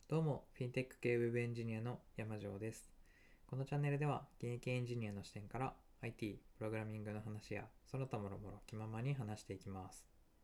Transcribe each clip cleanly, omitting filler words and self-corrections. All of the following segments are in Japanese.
どうも、フィンテック系ウェブエンジニアの山城です。このチャンネルでは、現役エンジニアの視点から IT、プログラミングの話や、その他もろもろ気ままに話していきます。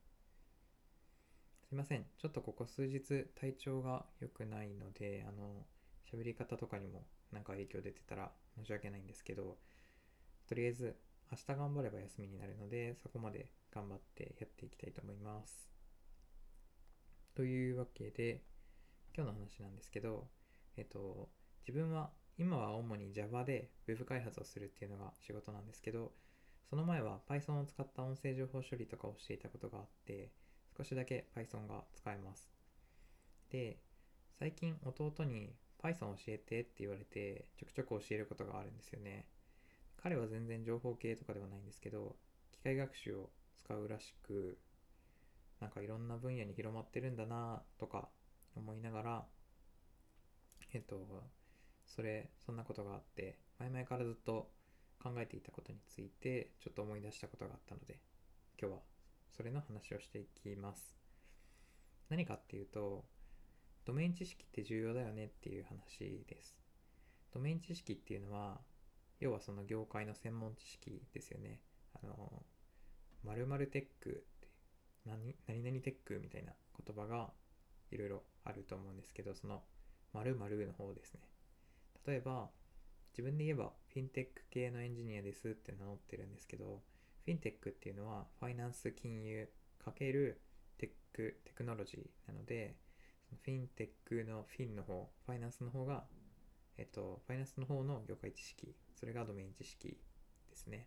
すいません、ちょっとここ数日体調が良くないので、喋り方とかにもなんか影響出てたら申し訳ないんですけど、とりあえず明日頑張れば休みになるので、そこまで頑張ってやっていきたいと思います。というわけで、今日の話なんですけど、自分は今は主に Java で Web 開発をするっていうのが仕事なんですけど、その前は Python を使った音声情報処理とかをしていたことがあって、少しだけ Python が使えます。で、最近弟に Python 教えてって言われて、ちょくちょく教えることがあるんですよね。彼は全然情報系とかではないんですけど、機械学習を使うらしく、なんかいろんな分野に広まってるんだなとか思いながら、えっと、そんなことがあって、前々からずっと考えていたことについて、ちょっと思い出したことがあったので、今日はそれの話をしていきます。何かっていうと、ドメイン知識って重要だよねっていう話です。ドメイン知識っていうのは、要はその業界の専門知識ですよね。〇〇テックって何々テックみたいな言葉がいろいろあると思うんですけど、その〇〇の方ですね。例えば、自分で言えばフィンテック系のエンジニアですって名乗ってるんですけど、フィンテックっていうのはファイナンス金融×テクノロジーなので、そのフィンテックのフィンの方、ファイナンスの方が、ファイナンスの方の業界知識、それがドメイン知識ですね。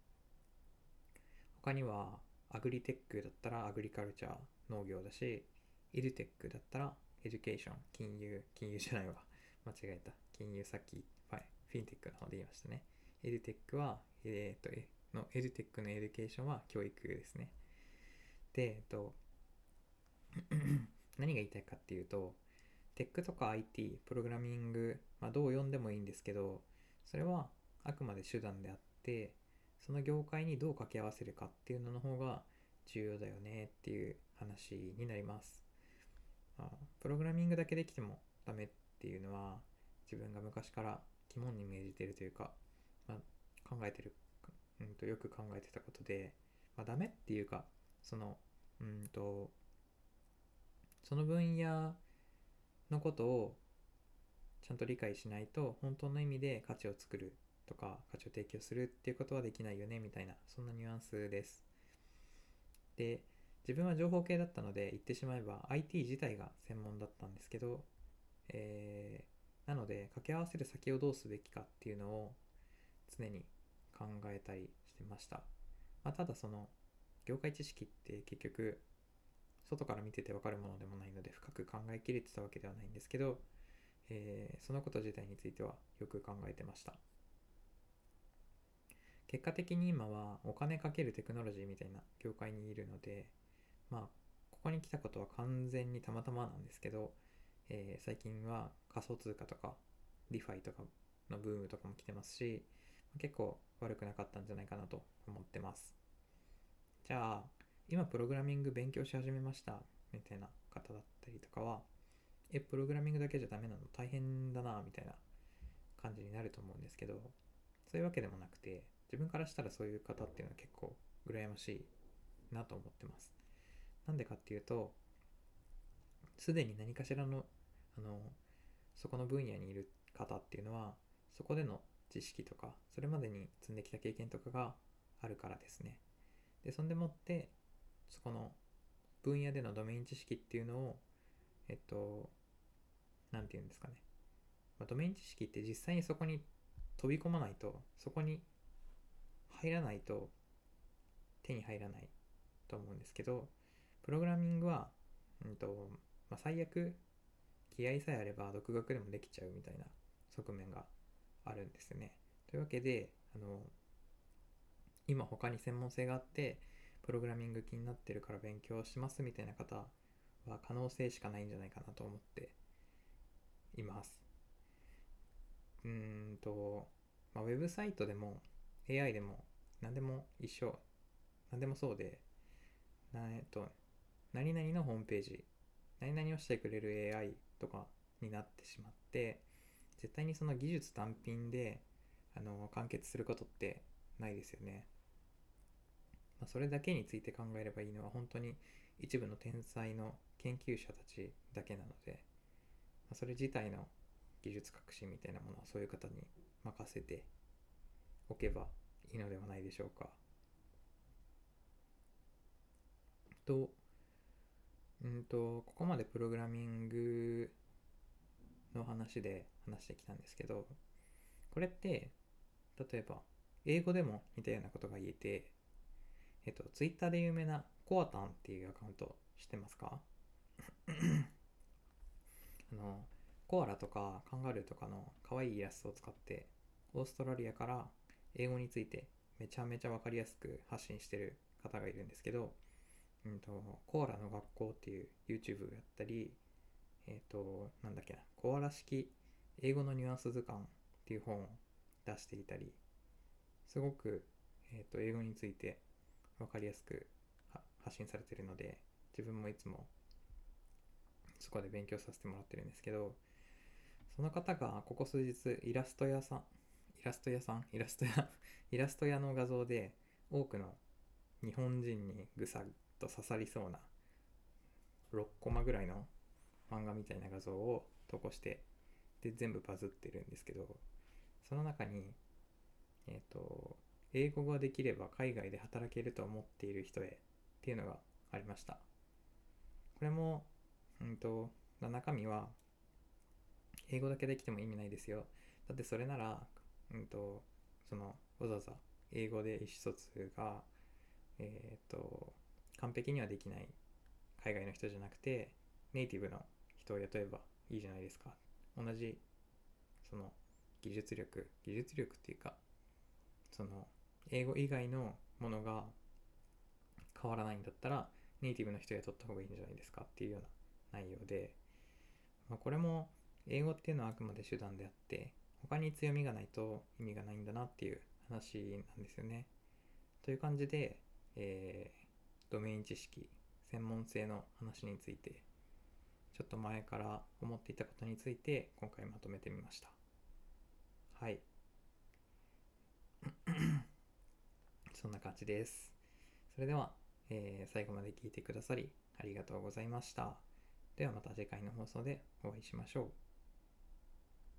他には、アグリテックだったらアグリカルチャー、農業だし、エデュテックだったらエデュケーション、金融じゃないわ。間違えた。金融さっきフィンテックの方で言いましたね。エデュテックは、エデュテックのエデュケーションは教育ですね。で、何が言いたいかっていうと、テックとか IT、プログラミング、どう読んでもいいんですけど、それはあくまで手段であって、その業界にどう掛け合わせるかっていうのの方が重要だよねっていう話になります。プログラミングだけできてもダメっていうのは、自分が昔から肝に銘じているというか、ま考えてる、よく考えてたことで、ダメっていうか、その、うんと、その分野のことをちゃんと理解しないと本当の意味で価値を作るとか価値を提供するっていうことはできないよねみたいな、そんなニュアンスです。で、自分は情報系だったので言ってしまえば IT 自体が専門だったんですけど、なので掛け合わせる先をどうすべきかっていうのを常に考えたりしてました。ただその業界知識って結局外から見てて分かるものでもないので深く考えきれてたわけではないんですけど、そのこと自体についてはよく考えてました。結果的に今はお金かけるテクノロジーみたいな業界にいるので、ここに来たことは完全にたまたまなんですけど、最近は仮想通貨とかディファイとかのブームとかも来てますし、結構悪くなかったんじゃないかなと思ってます。じゃあ、今プログラミング勉強し始めましたみたいな方だったりとかは、プログラミングだけじゃダメなの大変だなみたいな感じになると思うんですけど、そういうわけでもなくて、自分からしたらそういう方っていうのは結構羨ましいなと思ってます。なんでかっていうと、すでに何かしらの、あの、そこの分野にいる方っていうのは、そこでの知識とか、それまでに積んできた経験とかがあるからですね。で、そんでもって、そこの分野でのドメイン知識っていうのを、なんていうんですかね。ドメイン知識って実際にそこに飛び込まないと、そこに入らないと手に入らないと思うんですけど、プログラミングは、最悪気合さえあれば独学でもできちゃうみたいな側面があるんですよね。というわけで、今他に専門性があってプログラミング気になってるから勉強しますみたいな方は可能性しかないんじゃないかなと思っています。うーんと、ウェブサイトでも AI でも何でも一緒、何でもそうで、何々のホームページ、何々をしてくれる AI とかになってしまって、絶対にその技術単品で完結することってないですよね。それだけについて考えればいいのは本当に一部の天才の研究者たちだけなので、それ自体の技術革新みたいなものはそういう方に任せておけばいいのではないでしょうか。と、ここまでプログラミングの話で話してきたんですけど、これって例えば英語でも似たようなことが言えて、ツイッターで有名なコアタンっていうアカウント知ってますか？コアラとかカンガルーとかの可愛いイラストを使ってオーストラリアから英語についてめちゃめちゃ分かりやすく発信してる方がいるんですけど、コアラの学校っていう YouTube をやったり、なんだっけな、コアラ式英語のニュアンス図鑑っていう本を出していたり、すごく、英語について分かりやすく発信されているので、自分もいつもそこで勉強させてもらってるんですけど、その方がここ数日イラスト屋さんイラスト屋さんイラスト屋イラスト屋の画像で多くの日本人にぐさっと刺さりそうな6コマぐらいの漫画みたいな画像を投稿して、で全部バズってるんですけど、その中に英語ができれば海外で働けると思っている人へっていうのがありました。これも中身は英語だけできても意味ないですよ。だってそれなら、そのわざわざ英語で意思疎通が、完璧にはできない海外の人じゃなくて、ネイティブの人を雇えばいいじゃないですか。同じ、その技術力っていうか、その英語以外のものが変わらないんだったら、ネイティブの人雇った方がいいんじゃないですかっていうような内容で、これも英語っていうのはあくまで手段であって、他に強みがないと意味がないんだなっていう話なんですよね。という感じで、ドメイン知識、専門性の話について、ちょっと前から思っていたことについて今回まとめてみました。はい。そんな感じです。それでは、最後まで聞いてくださりありがとうございました。ではまた次回の放送でお会いしましょう。